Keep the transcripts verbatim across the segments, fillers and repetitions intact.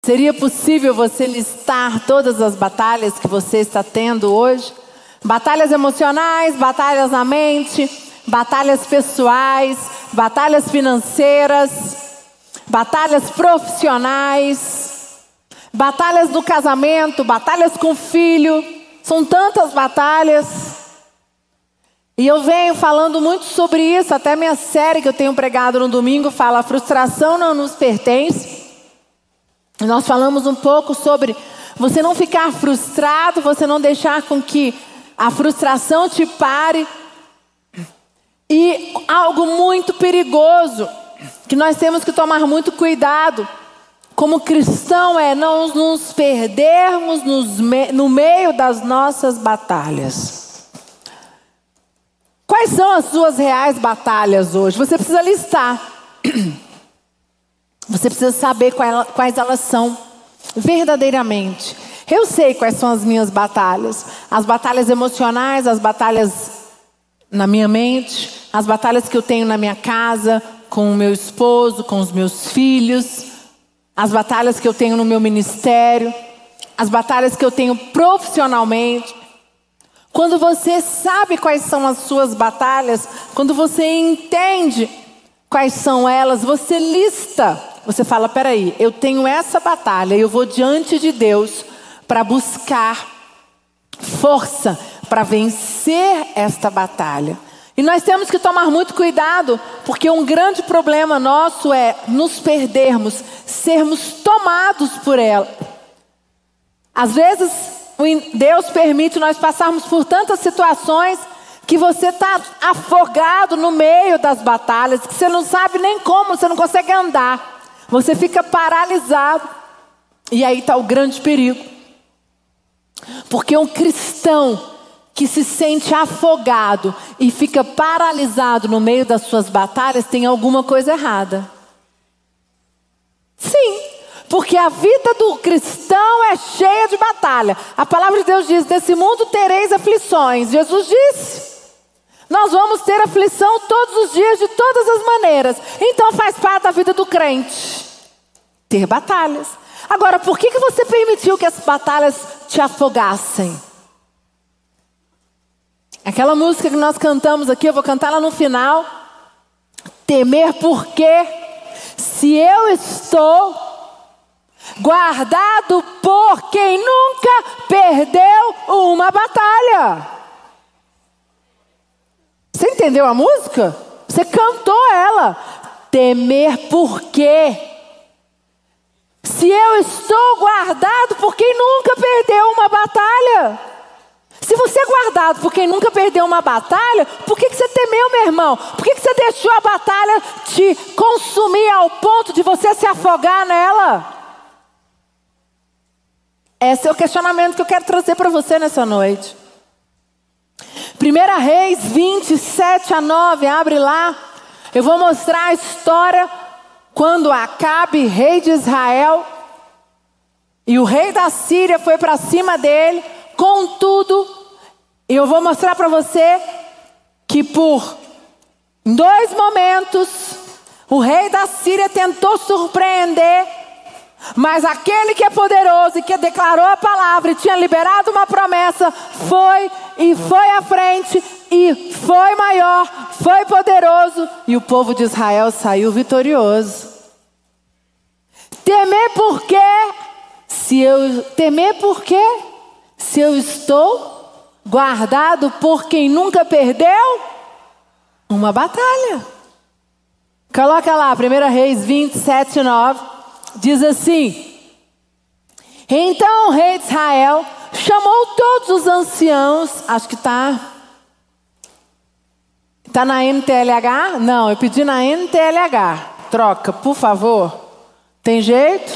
Seria possível você listar todas as batalhas que você está tendo hoje? Batalhas emocionais, batalhas na mente, batalhas pessoais, batalhas financeiras, batalhas profissionais, batalhas do casamento, batalhas com o filho. São tantas batalhas. E eu venho falando muito sobre isso, até minha série que eu tenho pregado no domingo fala: a frustração não nos pertence. E nós falamos um pouco sobre você não ficar frustrado, você não deixar com que a frustração te pare. E algo muito perigoso, que nós temos que tomar muito cuidado como cristão, é não nos perdermos nos me- no meio das nossas batalhas. Quais são as suas reais batalhas hoje? Você precisa listar. Você precisa saber quais elas são verdadeiramente. Eu sei quais são as minhas batalhas. As batalhas emocionais, as batalhas na minha mente, as batalhas que eu tenho na minha casa, com o meu esposo, com os meus filhos, as batalhas que eu tenho no meu ministério, as batalhas que eu tenho profissionalmente. Quando você sabe quais são as suas batalhas, quando você entende quais são elas, você lista. Você fala: peraí, eu tenho essa batalha, eu vou diante de Deus para buscar força para vencer esta batalha. E nós temos que tomar muito cuidado, porque um grande problema nosso é nos perdermos, sermos tomados por ela. Às vezes, Deus permite nós passarmos por tantas situações que você está afogado no meio das batalhas, que você não sabe nem como, você não consegue andar. Você fica paralisado. E aí está o grande perigo. Porque um cristão que se sente afogado e fica paralisado no meio das suas batalhas, tem alguma coisa errada. Sim, porque a vida do cristão é cheia de batalha. A palavra de Deus diz: nesse mundo tereis aflições. Jesus disse: nós vamos ter aflição todos os dias, de todas as maneiras. Então faz parte da vida do crente ter batalhas. Agora, por que, que você permitiu que as batalhas te afogassem? Aquela música que nós cantamos aqui, eu vou cantar lá no final. Temer porque se eu estou guardado por quem nunca perdeu uma batalha. Você entendeu a música? Você cantou ela. Temer por quê? Se eu estou guardado por quem nunca perdeu uma batalha. Se você é guardado por quem nunca perdeu uma batalha, por que, que você temeu, meu irmão? Por que, que você deixou a batalha te consumir ao ponto de você se afogar nela? Esse é o questionamento que eu quero trazer para você nessa noite. primeira Reis vinte, sete a nove, abre lá. Eu vou mostrar a história quando Acabe, rei de Israel, e o rei da Síria foi para cima dele. Contudo, eu vou mostrar para você que por dois momentos o rei da Síria tentou surpreender, mas aquele que é poderoso e que declarou a palavra e tinha liberado uma promessa, foi e foi à frente e foi maior, foi poderoso, e o povo de Israel saiu vitorioso. Temer por quê? Se eu temer por quê? Se eu estou guardado por quem nunca perdeu uma batalha. Coloca lá, primeira Reis vinte, sete, nove. Diz assim: então o rei de Israel chamou todos os anciãos. Acho que está Está na N T L H? Não, eu pedi na N T L H. Troca, por favor. Tem jeito?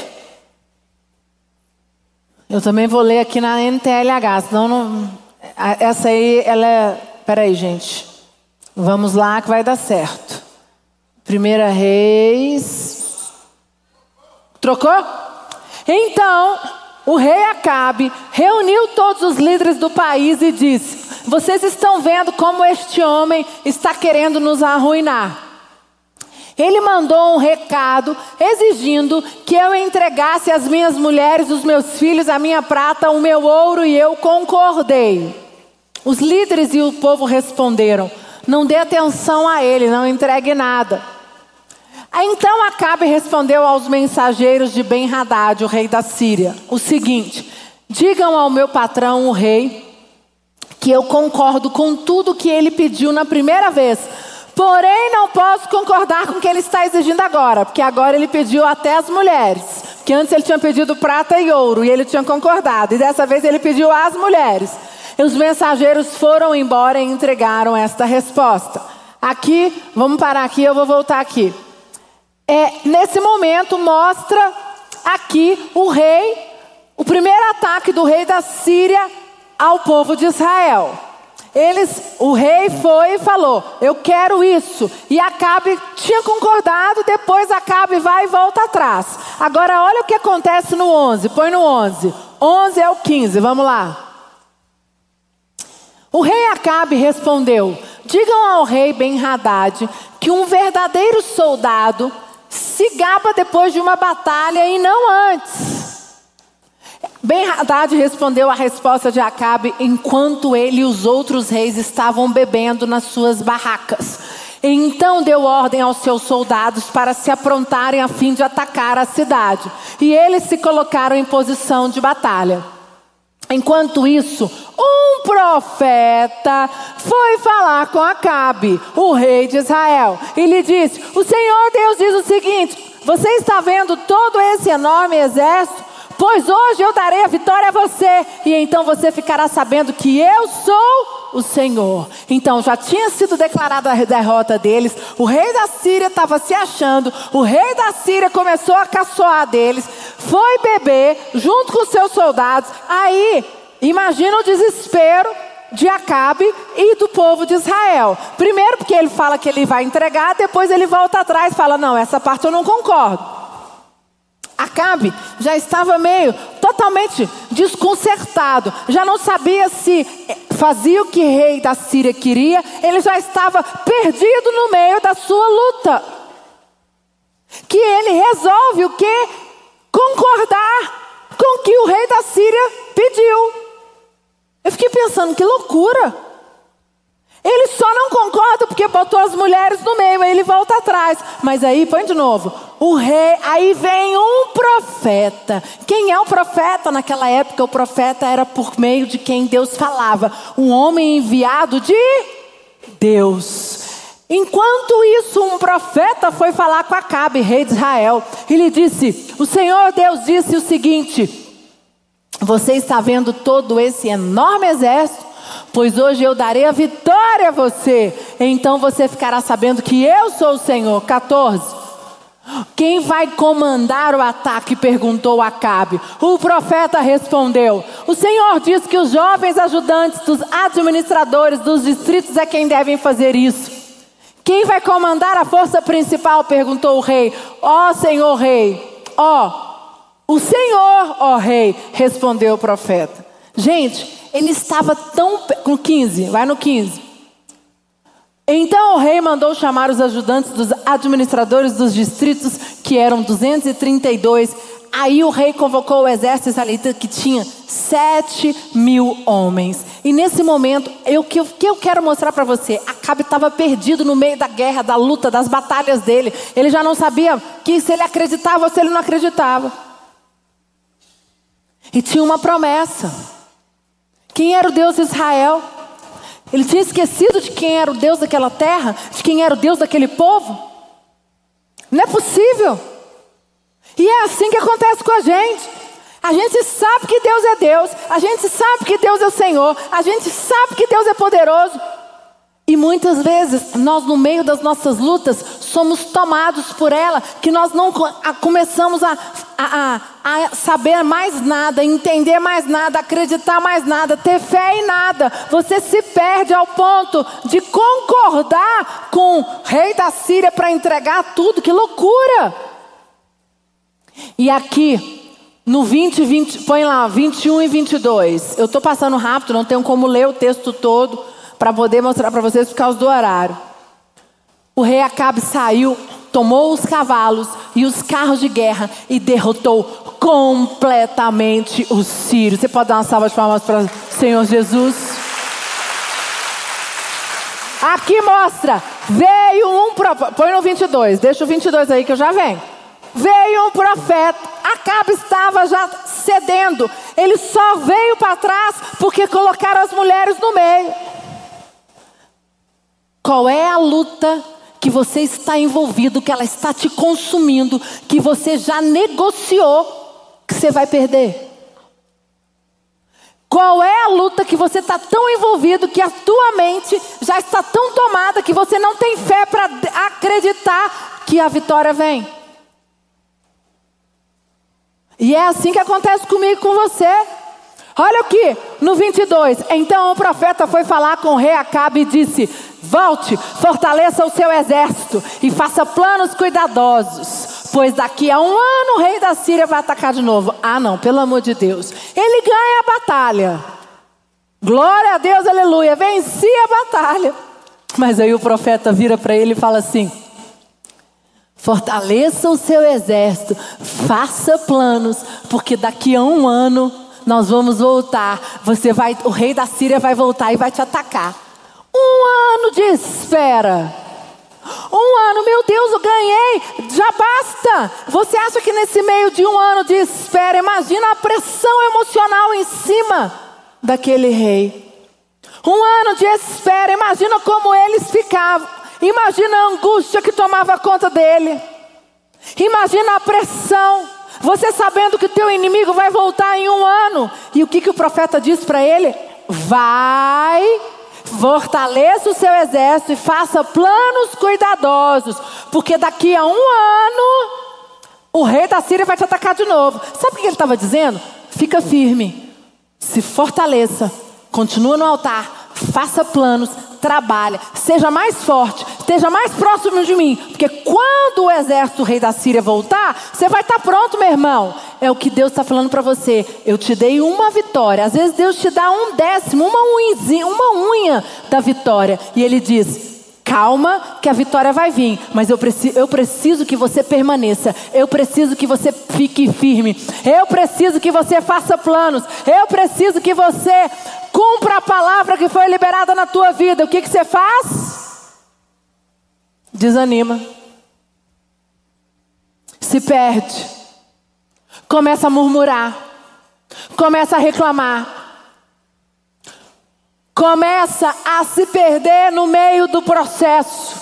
Eu também vou ler aqui na N T L H, senão não... Essa aí, ela é... Peraí, gente. Vamos lá que vai dar certo. Primeira Reis... Trocou? Então, o rei Acabe reuniu todos os líderes do país e disse: vocês estão vendo como este homem está querendo nos arruinar. Ele mandou um recado exigindo que eu entregasse as minhas mulheres, os meus filhos, a minha prata, o meu ouro, e eu concordei. Os líderes e o povo responderam: não dê atenção a ele, não entregue nada. Aí, então Acabe respondeu aos mensageiros de Ben-Hadad, o rei da Síria, o seguinte: digam ao meu patrão, o rei, que eu concordo com tudo que ele pediu na primeira vez. Porém, não posso concordar com o que ele está exigindo agora, porque agora ele pediu até as mulheres. Porque antes ele tinha pedido prata e ouro, e ele tinha concordado. E dessa vez ele pediu as mulheres. E os mensageiros foram embora e entregaram esta resposta. Aqui, vamos parar aqui, eu vou voltar aqui. É, nesse momento mostra aqui o rei, o primeiro ataque do rei da Síria ao povo de Israel. Eles, o rei foi e falou: eu quero isso. E Acabe tinha concordado, depois Acabe vai e volta atrás. Agora olha o que acontece no onze, põe no onze. onze é o quinze, vamos lá. O rei Acabe respondeu: digam ao rei Ben-Hadad que um verdadeiro soldado se gaba depois de uma batalha e não antes. Ben-Hadad respondeu a resposta de Acabe enquanto ele e os outros reis estavam bebendo nas suas barracas. Então deu ordem aos seus soldados para se aprontarem a fim de atacar a cidade. E eles se colocaram em posição de batalha. Enquanto isso, um profeta foi falar com Acabe, o rei de Israel, e lhe disse: o Senhor Deus diz o seguinte: você está vendo todo esse enorme exército? Pois hoje eu darei a vitória a você, e então você ficará sabendo que eu sou o Senhor. Então já tinha sido declarada a derrota deles, o rei da Síria estava se achando, o rei da Síria começou a caçoar deles, foi beber junto com seus soldados. Aí, imagina o desespero de Acabe e do povo de Israel. Primeiro porque ele fala que ele vai entregar, depois ele volta atrás e fala: não, essa parte eu não concordo. Acabe já estava meio totalmente desconcertado, já não sabia se fazia o que o rei da Síria queria, ele já estava perdido no meio da sua luta. Que ele resolve o que? Concordar com o que o rei da Síria pediu. Eu fiquei pensando, que loucura. Ele só não concorda porque botou as mulheres no meio, aí ele volta atrás. Mas aí, põe de novo, o rei, aí vem um profeta. Quem é o profeta? Naquela época o profeta era por meio de quem Deus falava. Um homem enviado de Deus. Enquanto isso, um profeta foi falar com Acabe, rei de Israel. E lhe disse: o Senhor Deus disse o seguinte: você está vendo todo esse enorme exército? Pois hoje eu darei a vitória a você. Então você ficará sabendo que eu sou o Senhor. quatorze. Quem vai comandar o ataque? Perguntou Acabe. O profeta respondeu: o Senhor diz que os jovens ajudantes dos administradores dos distritos é quem devem fazer isso. Quem vai comandar a força principal? Perguntou o rei. Ó Senhor rei, ó, o Senhor, ó rei, respondeu o profeta. Gente, ele estava tão... No quinze, vai no quinze. Então o rei mandou chamar os ajudantes dos administradores dos distritos, que eram duzentos e trinta e dois. Aí o rei convocou o exército israelita, que tinha sete mil homens. E nesse momento, o que, que eu quero mostrar para você? Acabe estava perdido no meio da guerra, da luta, das batalhas dele. Ele já não sabia que se ele acreditava ou se ele não acreditava. E tinha uma promessa. Quem era o Deus de Israel? Ele tinha esquecido de quem era o Deus daquela terra, de quem era o Deus daquele povo? Não é possível. E é assim que acontece com a gente. A gente sabe que Deus é Deus, a gente sabe que Deus é o Senhor, a gente sabe que Deus é poderoso. E muitas vezes, nós no meio das nossas lutas, somos tomados por ela, que nós não a, começamos a, a, a saber mais nada, entender mais nada, acreditar mais nada, ter fé em nada. Você se perde ao ponto de concordar com o rei da Síria para entregar tudo. Que loucura! E aqui, no vinte, vinte, põe lá, vinte e um e vinte e dois. Eu estou passando rápido, não tenho como ler o texto todo, para poder mostrar para vocês por causa do horário. O rei Acabe saiu tomou os cavalos e os carros de guerra e derrotou completamente os sírios. Você pode dar uma salva de palmas para o Senhor Jesus? Aqui mostra, veio um profeta, põe no vinte e dois, deixa o vinte e dois aí que eu já venho. Veio um profeta, Acabe estava já cedendo, ele só veio para trás porque colocaram as mulheres no meio. Qual é a luta que você está envolvido, que ela está te consumindo, que você já negociou que você vai perder? Qual é a luta que você está tão envolvido, que a tua mente já está tão tomada, que você não tem fé para acreditar que a vitória vem? E é assim que acontece comigo e com você. Olha aqui, no vinte e dois. Então o profeta foi falar com o rei Acabe e disse: volte, fortaleça o seu exército e faça planos cuidadosos, pois daqui a um ano o rei da Síria vai atacar de novo. Ah não, pelo amor de Deus. Ele ganha a batalha. Glória a Deus, aleluia. Venci a batalha. Mas aí o profeta vira para ele e fala assim: fortaleça o seu exército, faça planos, porque daqui a um ano nós vamos voltar. Você vai, o rei da Síria vai voltar e vai te atacar. Um ano de espera. Um ano, meu Deus, eu ganhei, já basta. Você acha que nesse meio de um ano de espera, imagina a pressão emocional em cima daquele rei. Um ano de espera, imagina como eles ficavam. Imagina a angústia que tomava conta dele. Imagina a pressão. Você sabendo que o teu inimigo vai voltar em um ano. E o que, que o profeta diz para ele? Vai, fortaleça o seu exército e faça planos cuidadosos, porque daqui a um ano o rei da Síria vai te atacar de novo. Sabe o que ele estava dizendo? Fica firme, se fortaleça, continua no altar, faça planos, trabalha, seja mais forte, esteja mais próximo de mim, porque quando o exército do rei da Síria voltar, você vai estar pronto, meu irmão. É o que Deus está falando para você. Eu te dei uma vitória. Às vezes Deus te dá um décimo, uma unhazinha, uma unha da vitória, e Ele diz: calma, que a vitória vai vir, mas eu preciso, eu preciso que você permaneça, eu preciso que você fique firme, eu preciso que você faça planos, eu preciso que você cumpra a palavra que foi liberada na tua vida. O que, que você faz? Desanima, se perde, começa a murmurar, começa a reclamar, começa a se perder no meio do processo.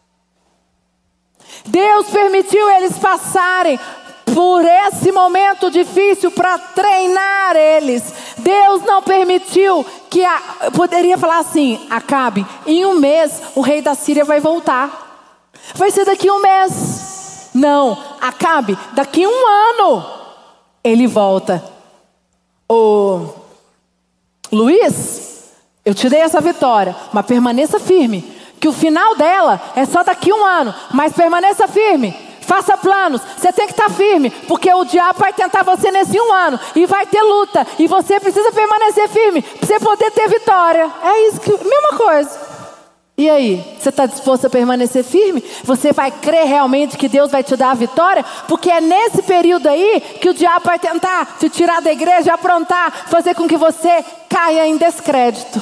Deus permitiu eles passarem por esse momento difícil para treinar eles. Deus não permitiu que a, poderia falar assim: Acabe, em um mês o rei da Síria vai voltar. Vai ser daqui a um mês. Não, Acabe, daqui a um ano ele volta. Ô Luiz, eu te dei essa vitória, mas permaneça firme, que o final dela é só daqui a um ano. Mas permaneça firme, faça planos, você tem que estar firme, porque o diabo vai tentar você nesse um ano, e vai ter luta, e você precisa permanecer firme, para você poder ter vitória. É isso, que, mesma coisa. E aí, você está disposto a permanecer firme? Você vai crer realmente que Deus vai te dar a vitória? Porque é nesse período aí que o diabo vai tentar te tirar da igreja, aprontar, fazer com que você caia em descrédito.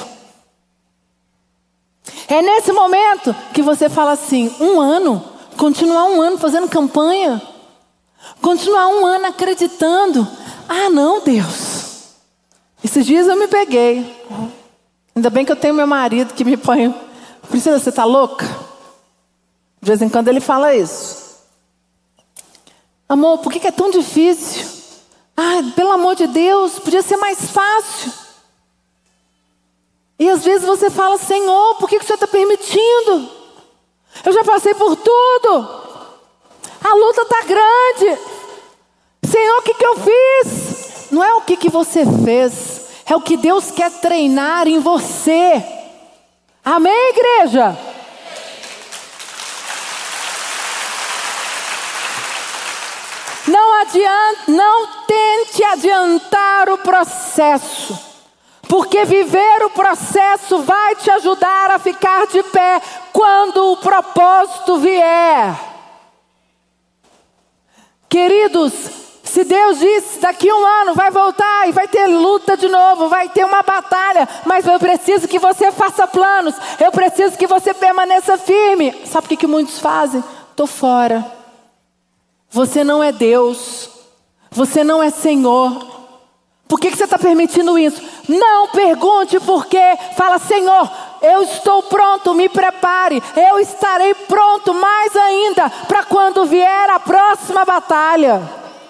É nesse momento que você fala assim: um ano, continuar um ano fazendo campanha, continuar um ano acreditando. Ah não, Deus, esses dias eu me peguei. Ainda bem que eu tenho meu marido que me põe: Priscila, você está louca? De vez em quando ele fala isso. Amor, por que é tão difícil? Ah, pelo amor de Deus, podia ser mais fácil. E às vezes você fala: Senhor, por que o Senhor está permitindo? Eu já passei por tudo. A luta está grande. Senhor, o que, que eu fiz? Não é o que, que você fez, é o que Deus quer treinar em você. Amém, igreja? Não adianta, não tente adiantar o processo, porque viver o processo vai te ajudar a ficar de pé quando o propósito vier. Queridos, se Deus disse daqui a um ano vai voltar e vai ter luta de novo, vai ter uma batalha, mas eu preciso que você faça planos, eu preciso que você permaneça firme. Sabe o que, que muitos fazem? Estou fora. Você não é Deus, você não é Senhor. Por que, que você está permitindo isso? Não pergunte por quê. Fala, Senhor, eu estou pronto, me prepare. Eu estarei pronto mais ainda para quando vier a próxima batalha.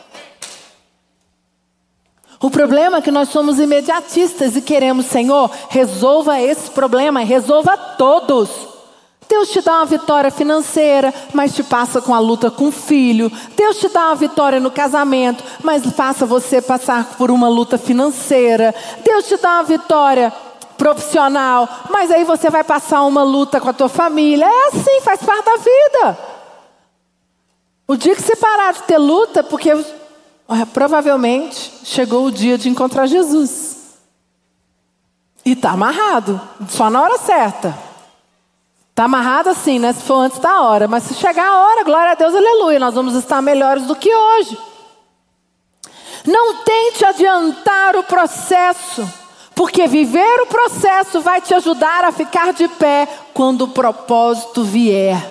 O problema é que nós somos imediatistas e queremos, Senhor, resolva esse problema, resolva todos. Deus te dá uma vitória financeira, mas te passa com a luta com o filho. Deus te dá uma vitória no casamento, mas faça você passar por uma luta financeira. Deus te dá uma vitória profissional, mas aí você vai passar uma luta com a tua família. É assim, faz parte da vida. O dia que você parar de ter luta, porque provavelmente chegou o dia de encontrar Jesus. E está amarrado, só na hora certa. Está amarrado assim, né? Se for antes da hora. Mas se chegar a hora, glória a Deus, aleluia. Nós vamos estar melhores do que hoje. Não tente adiantar o processo. Porque viver o processo vai te ajudar a ficar de pé quando o propósito vier.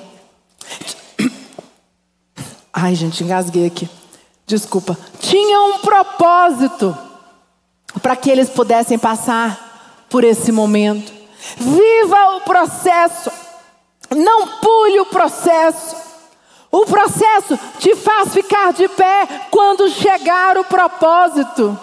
Ai, gente, engasguei aqui. Desculpa. Tinha um propósito para que eles pudessem passar por esse momento. Viva o processo. Não pule o processo. O processo te faz ficar de pé quando chegar o propósito.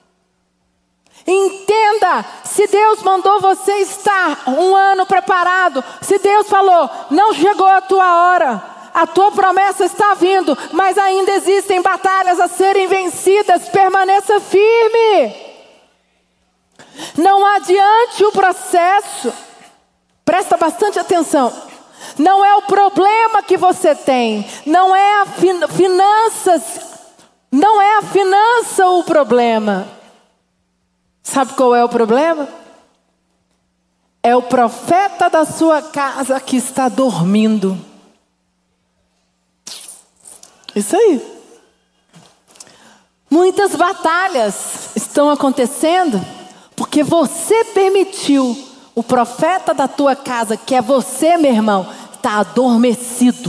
Entenda, se Deus mandou você estar um ano preparado, se Deus falou, não chegou a tua hora, a tua promessa está vindo, mas ainda existem batalhas a serem vencidas, permaneça firme. Não adiante o processo. Presta bastante atenção. Não é o problema que você tem, não é a fin- finanças, não é a finança o problema. Sabe qual é o problema? É o profeta da sua casa que está dormindo. Isso aí. Muitas batalhas estão acontecendo porque você permitiu o profeta da tua casa, que é você, meu irmão, está adormecido.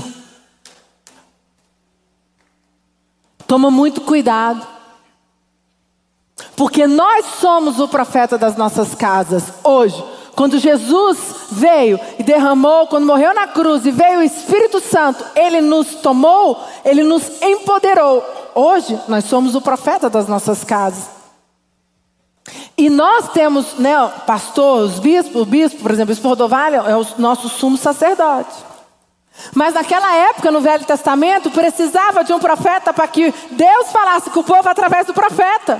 Toma muito cuidado. Porque nós somos o profeta das nossas casas hoje. Quando Jesus veio e derramou, quando morreu na cruz e veio o Espírito Santo, Ele nos tomou, Ele nos empoderou. Hoje nós somos o profeta das nossas casas. E nós temos, né, pastor, os bispos, o bispo, por exemplo, o bispo Rodovalho é o nosso sumo sacerdote. Mas naquela época, no Velho Testamento, precisava de um profeta para que Deus falasse com o povo através do profeta.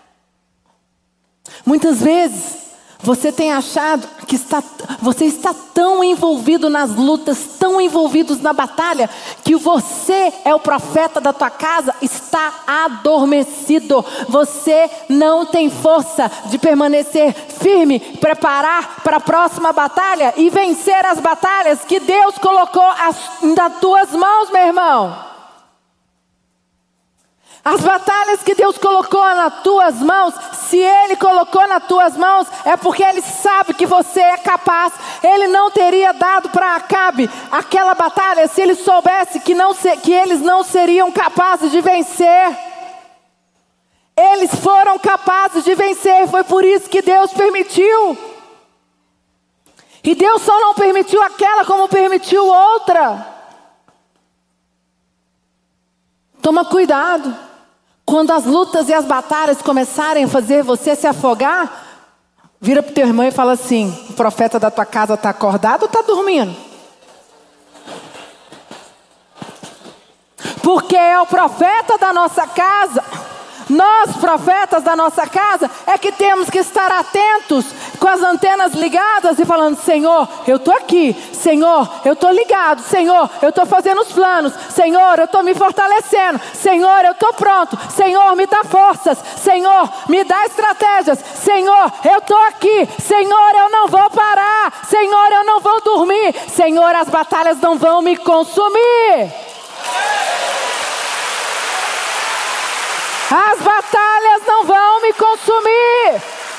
Muitas vezes, você tem achado que está, você está tão envolvido nas lutas, tão envolvido na batalha, que você é o profeta da tua casa, está adormecido. Você não tem força de permanecer firme, preparar para a próxima batalha e vencer as batalhas que Deus colocou as, nas tuas mãos, meu irmão. As batalhas que Deus colocou nas tuas mãos, se Ele colocou nas tuas mãos, é porque Ele sabe que você é capaz. Ele não teria dado para Acabe aquela batalha se Ele soubesse que, não se, que eles não seriam capazes de vencer. Eles foram capazes de vencer, foi por isso que Deus permitiu. E Deus só não permitiu aquela como permitiu outra. Toma cuidado. Quando as lutas e as batalhas começarem a fazer você se afogar, vira para o teu irmão e fala assim: o profeta da tua casa está acordado ou está dormindo? Porque é o profeta da nossa casa. Nós, profetas da nossa casa, é que temos que estar atentos, com as antenas ligadas e falando: Senhor, eu estou aqui. Senhor, eu estou ligado. Senhor, eu estou fazendo os planos. Senhor, eu estou me fortalecendo. Senhor, eu estou pronto. Senhor, me dá forças. Senhor, me dá estratégias. Senhor, eu estou aqui. Senhor, eu não vou parar. Senhor, eu não vou dormir. Senhor, as batalhas não vão me consumir. As batalhas não vão me consumir.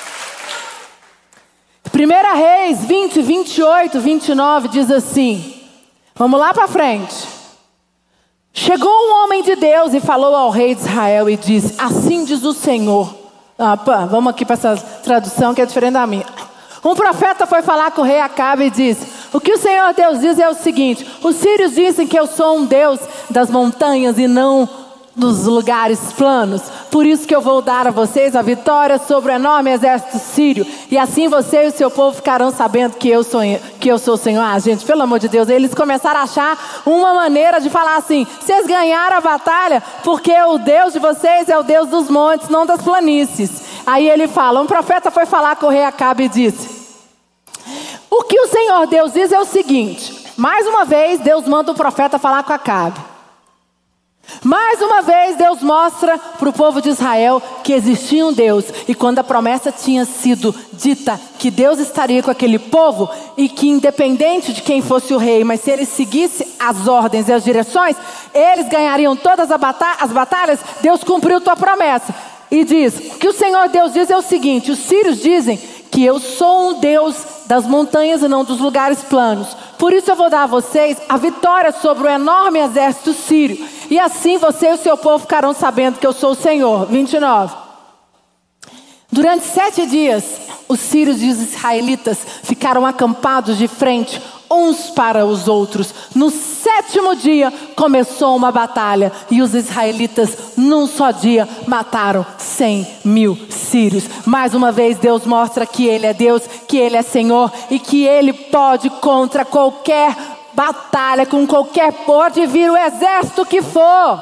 Primeira Reis vinte, vinte e oito, vinte e nove diz assim. Vamos lá para frente. Chegou um homem de Deus e falou ao rei de Israel e disse: assim diz o Senhor. Ah, pá, vamos aqui para essa tradução que é diferente da minha. Um profeta foi falar com o rei Acabe e disse: o que o Senhor Deus diz é o seguinte: os sírios dizem que eu sou um Deus das montanhas e não dos lugares planos. Por isso que eu vou dar a vocês a vitória sobre o enorme exército sírio. E assim você e o seu povo ficarão sabendo que eu sou, que eu sou o Senhor. Ah, gente, pelo amor de Deus, eles começaram a achar uma maneira de falar assim: vocês ganharam a batalha porque o Deus de vocês é o Deus dos montes, não das planícies. Aí ele fala, um profeta foi falar com o rei Acabe e disse: o que o Senhor Deus diz é o seguinte. Mais uma vez Deus manda o profeta falar com Acabe. Mais uma vez Deus mostra para o povo de Israel que existia um Deus. E quando a promessa tinha sido dita que Deus estaria com aquele povo, e que independente de quem fosse o rei, mas se ele seguisse as ordens e as direções, eles ganhariam todas as batalhas, Deus cumpriu tua promessa. E diz, o que o Senhor Deus diz é o seguinte: os sírios dizem que eu sou um Deus das montanhas e não dos lugares planos. Por isso eu vou dar a vocês a vitória sobre o enorme exército sírio. E assim você e o seu povo ficarão sabendo que eu sou o Senhor. vinte e nove. Durante sete dias, os sírios e os israelitas ficaram acampados de frente uns para os outros. No sétimo dia começou uma batalha e os israelitas num só dia mataram cem mil sírios. Mais uma vez Deus mostra que Ele é Deus, que Ele é Senhor e que Ele pode contra qualquer batalha, com qualquer, pode vir o exército que for.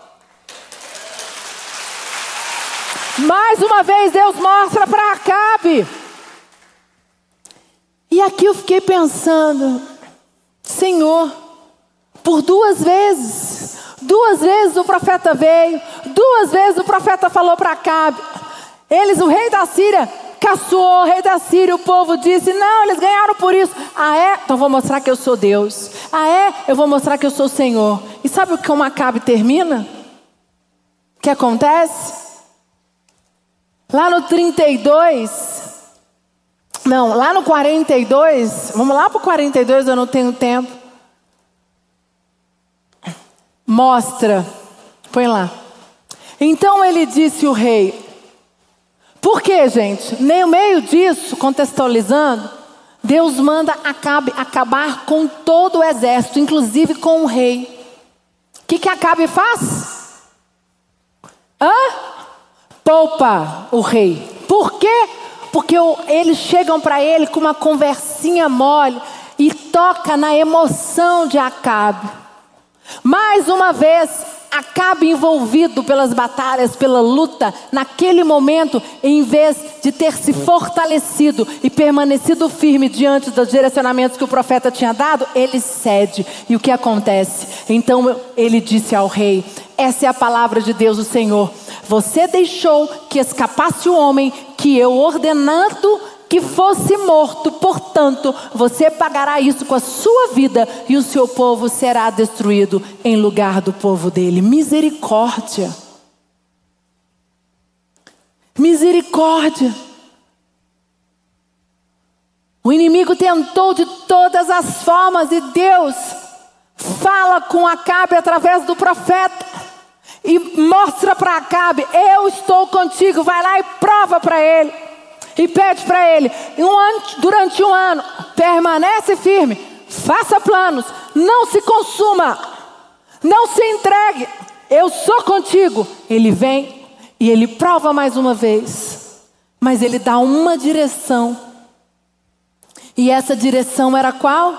Mais uma vez Deus mostra para Acabe. E aqui eu fiquei pensando, Senhor, por duas vezes, duas vezes o profeta veio, duas vezes o profeta falou para Acabe. Eles, o rei da Síria, caçoou, o rei da Síria, o povo disse, não, eles ganharam por isso. Ah é? Então vou mostrar que eu sou Deus. Ah é? Eu vou mostrar que eu sou o Senhor. E sabe o que o Acabe termina? O que acontece? Lá no trinta e dois, não, lá no quarenta e dois, vamos lá para o quarenta e dois, eu não tenho tempo. Mostra, põe lá. Então ele disse o rei, por que, gente? No meio disso, contextualizando, Deus manda Acabe acabar com todo o exército, inclusive com o rei. O que que Acabe faz? Hã? Poupa o rei. Por quê? Porque eles chegam para ele com uma conversinha mole e toca na emoção de Acabe. Mais uma vez, Acabe envolvido pelas batalhas, pela luta, naquele momento, em vez de ter se fortalecido e permanecido firme diante dos direcionamentos que o profeta tinha dado, ele cede. E o que acontece? Então ele disse ao rei, essa é a palavra de Deus, o Senhor. Você deixou que escapasse o homem que eu ordenando que fosse morto, portanto, você pagará isso com a sua vida e o seu povo será destruído em lugar do povo dele. Misericórdia. Misericórdia. O inimigo tentou de todas as formas e Deus fala com Acabe através do profeta e mostra para Acabe, eu estou contigo, vai lá e prova para ele. E pede para ele, um ano, durante um ano, permanece firme, faça planos, não se consuma, não se entregue, eu sou contigo. Ele vem e ele prova mais uma vez, mas ele dá uma direção. E essa direção era qual?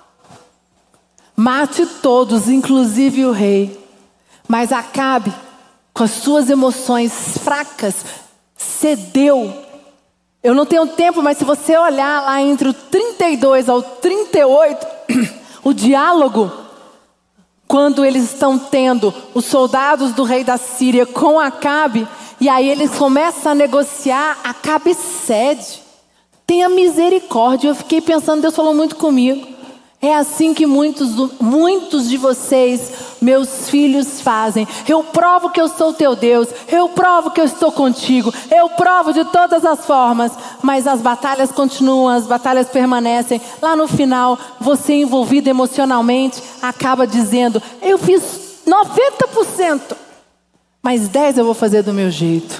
Mate todos, inclusive o rei. Mas Acabe, com as suas emoções fracas, cedeu. Eu não tenho tempo, mas se você olhar lá entre o trinta e dois ao trinta e oito, o diálogo, quando eles estão tendo os soldados do rei da Síria com Acabe, e aí eles começam a negociar, Acabe cede. Tenha misericórdia. Eu fiquei pensando, Deus falou muito comigo. É assim que muitos, muitos de vocês, meus filhos, fazem. Eu provo que eu sou teu Deus. Eu provo que eu estou contigo. Eu provo de todas as formas. Mas as batalhas continuam, as batalhas permanecem. Lá no final, você envolvido emocionalmente, acaba dizendo, eu fiz noventa por cento. Mas dez por cento eu vou fazer do meu jeito.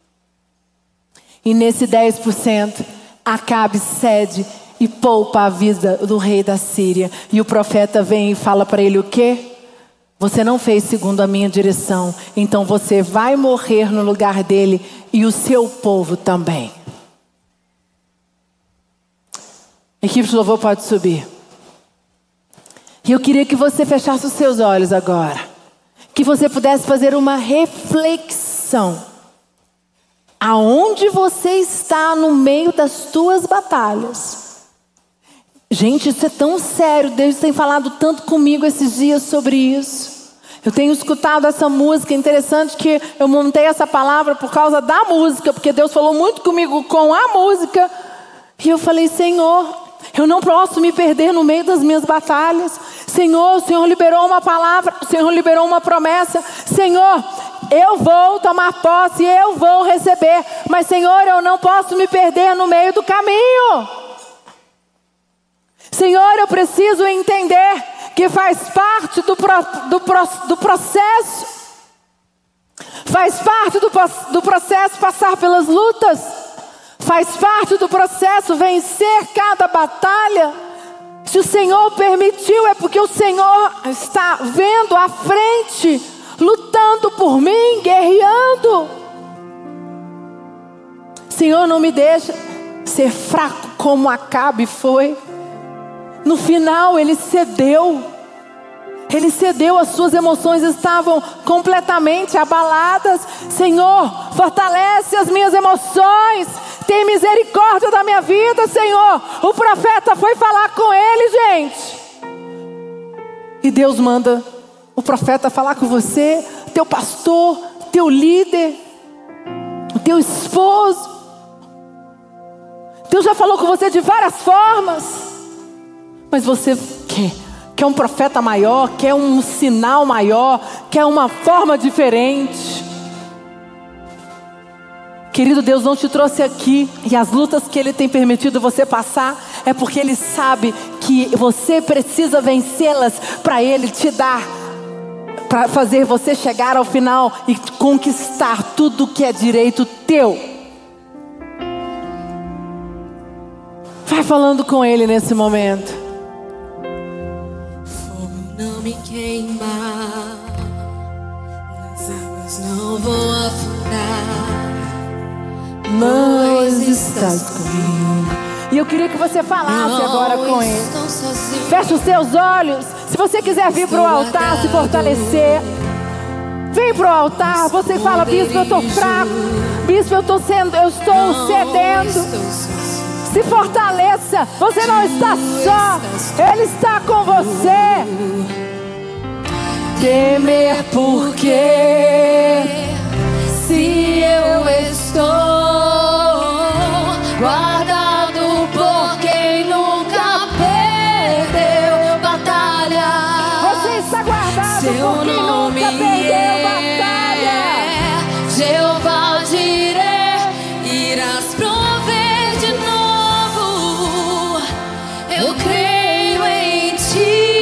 E nesse dez por cento, Acabe cede e poupa a vida do rei da Síria. E o profeta vem e fala para ele o quê? Você não fez segundo a minha direção. Então você vai morrer no lugar dele e o seu povo também. A equipe de louvor pode subir. E eu queria que você fechasse os seus olhos agora. Que você pudesse fazer uma reflexão. Aonde você está no meio das tuas batalhas? Gente, isso é tão sério. Deus tem falado tanto comigo esses dias sobre isso. Eu tenho escutado essa música. Interessante que eu montei essa palavra por causa da música, porque Deus falou muito comigo com a música. E eu falei, Senhor, eu não posso me perder no meio das minhas batalhas. Senhor, o Senhor liberou uma palavra, o Senhor liberou uma promessa. Senhor, eu vou tomar posse, eu vou receber. Mas Senhor, eu não posso me perder no meio do caminho. Senhor, eu preciso entender que faz parte do, pro, do, pro, do processo. Faz parte do, do processo passar pelas lutas. Faz parte do processo vencer cada batalha. Se o Senhor permitiu, é porque o Senhor está vendo à frente, lutando por mim, guerreando. Senhor, não me deixa ser fraco como Acabe foi. No final ele cedeu. Ele cedeu, as suas emoções estavam completamente abaladas. Senhor, fortalece as minhas emoções. Tem misericórdia da minha vida, Senhor. O profeta foi falar com ele, gente. E Deus manda o profeta falar com você, teu pastor, teu líder, o teu esposo. Deus já falou com você de várias formas. Mas você quer, quer um profeta maior, quer um sinal maior, quer uma forma diferente. Querido, Deus não te trouxe aqui, e as lutas que Ele tem permitido você passar, é porque Ele sabe que você precisa vencê-las para Ele te dar, para fazer você chegar ao final e conquistar tudo que é direito teu. Vai falando com Ele nesse momento. Não me queima, nas águas não vou afundar, pois estás comigo. E eu queria que você falasse não agora com Ele. Feche os seus olhos. Se você quiser vir para o altar, se fortalecer, vem para o altar. Você fala, bispo, eu estou fraco. Bispo, eu estou sendo, eu estou cedendo. Se fortaleça. Você não está só. Ele está com você. Temer porque se eu estou guardado por quem nunca perdeu batalha. Você está guardado por quem nunca perdeu batalha. Jeová direi, irás prover de novo. Eu creio em ti.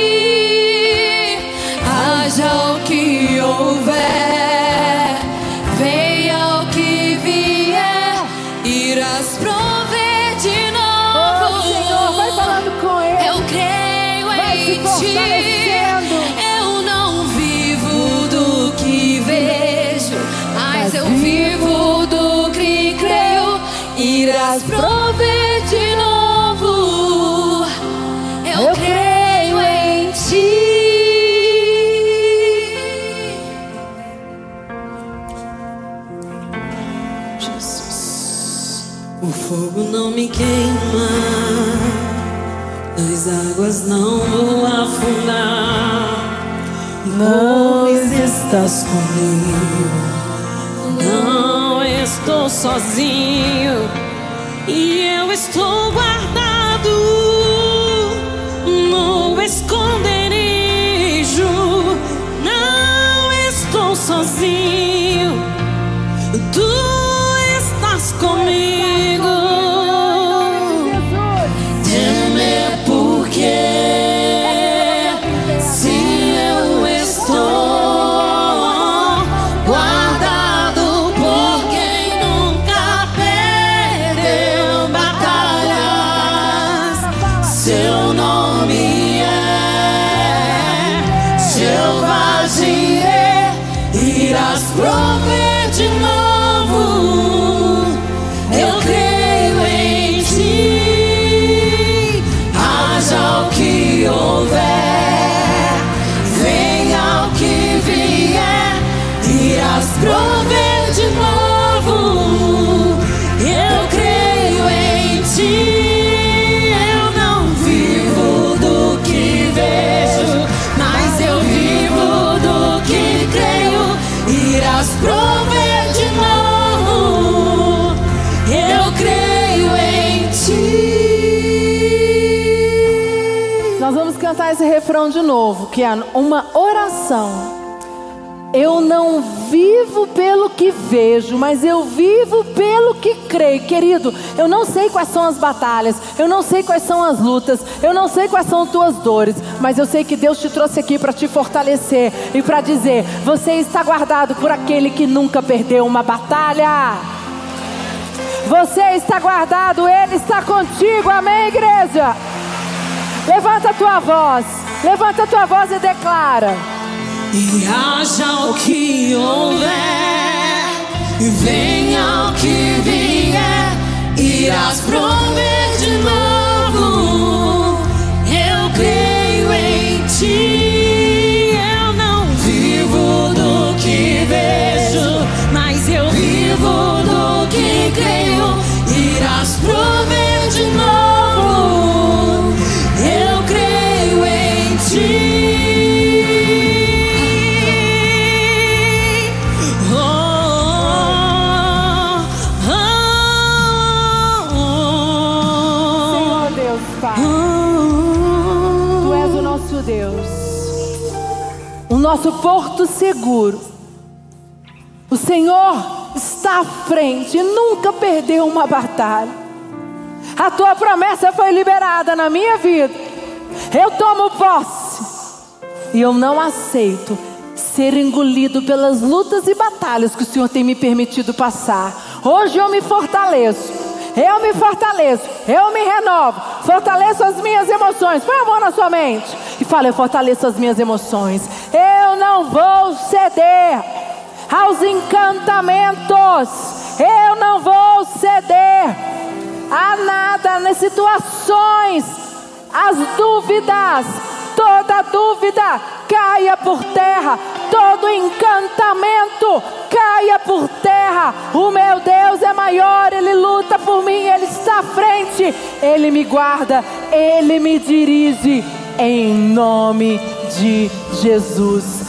Haja o que houver, venha o que vier, irás prover de novo. Oh, Senhor, vai falando com Ele. Eu creio vai em se ti. Eu não vivo do que vejo, mas eu vivo do que creio. Irás prover de novo. Eu, eu creio em ti. O fogo não me queima, as águas não vou afundar, pois estás comigo. Não estou sozinho e eu estou guardado no esconderijo, não estou sozinho, tu estás comigo. Temer porque se eu estou guardado por quem nunca perdeu batalhas, seu nome é Jeová Jireh, irás prover de novo. Eu creio em ti, haja o que houver, venha o que vier, irás prover de novo. Eu creio em ti, eu não vivo do que vejo, mas eu vivo do que creio, irás prover de novo. Eu creio em ti. Nós vamos cantar esse refrão de novo, que é uma oração. Eu não vivo pelo que vejo, mas eu vivo pelo que creio. Querido, eu não sei quais são as batalhas, eu não sei quais são as lutas, eu não sei quais são as tuas dores, mas eu sei que Deus te trouxe aqui para te fortalecer e para dizer: você está guardado por aquele que nunca perdeu uma batalha. Você está guardado, Ele está contigo. Amém, igreja? Levanta a tua voz, levanta a tua voz e declara: E haja o que houver, e venha o que vier, irás prover de novo. Eu creio em ti, eu não vivo do que vejo, mas eu vivo do que creio, irás prover de novo. Eu creio em ti. Tu és o nosso Deus, o nosso porto seguro. O Senhor está à frente e nunca perdeu uma batalha. A tua promessa foi liberada na minha vida. Eu tomo posse e eu não aceito ser engolido pelas lutas e batalhas que o Senhor tem me permitido passar. Hoje eu me fortaleço. Eu me fortaleço, eu me renovo, fortaleço as minhas emoções. Põe a mão na sua mente e fala: eu fortaleço as minhas emoções. Eu não vou ceder aos encantamentos. Eu não vou ceder a nada nas situações, as dúvidas. Toda dúvida caia por terra, todo encantamento caia por terra. O meu Deus é maior, Ele luta por mim, Ele está à frente, Ele me guarda, Ele me dirige, em nome de Jesus.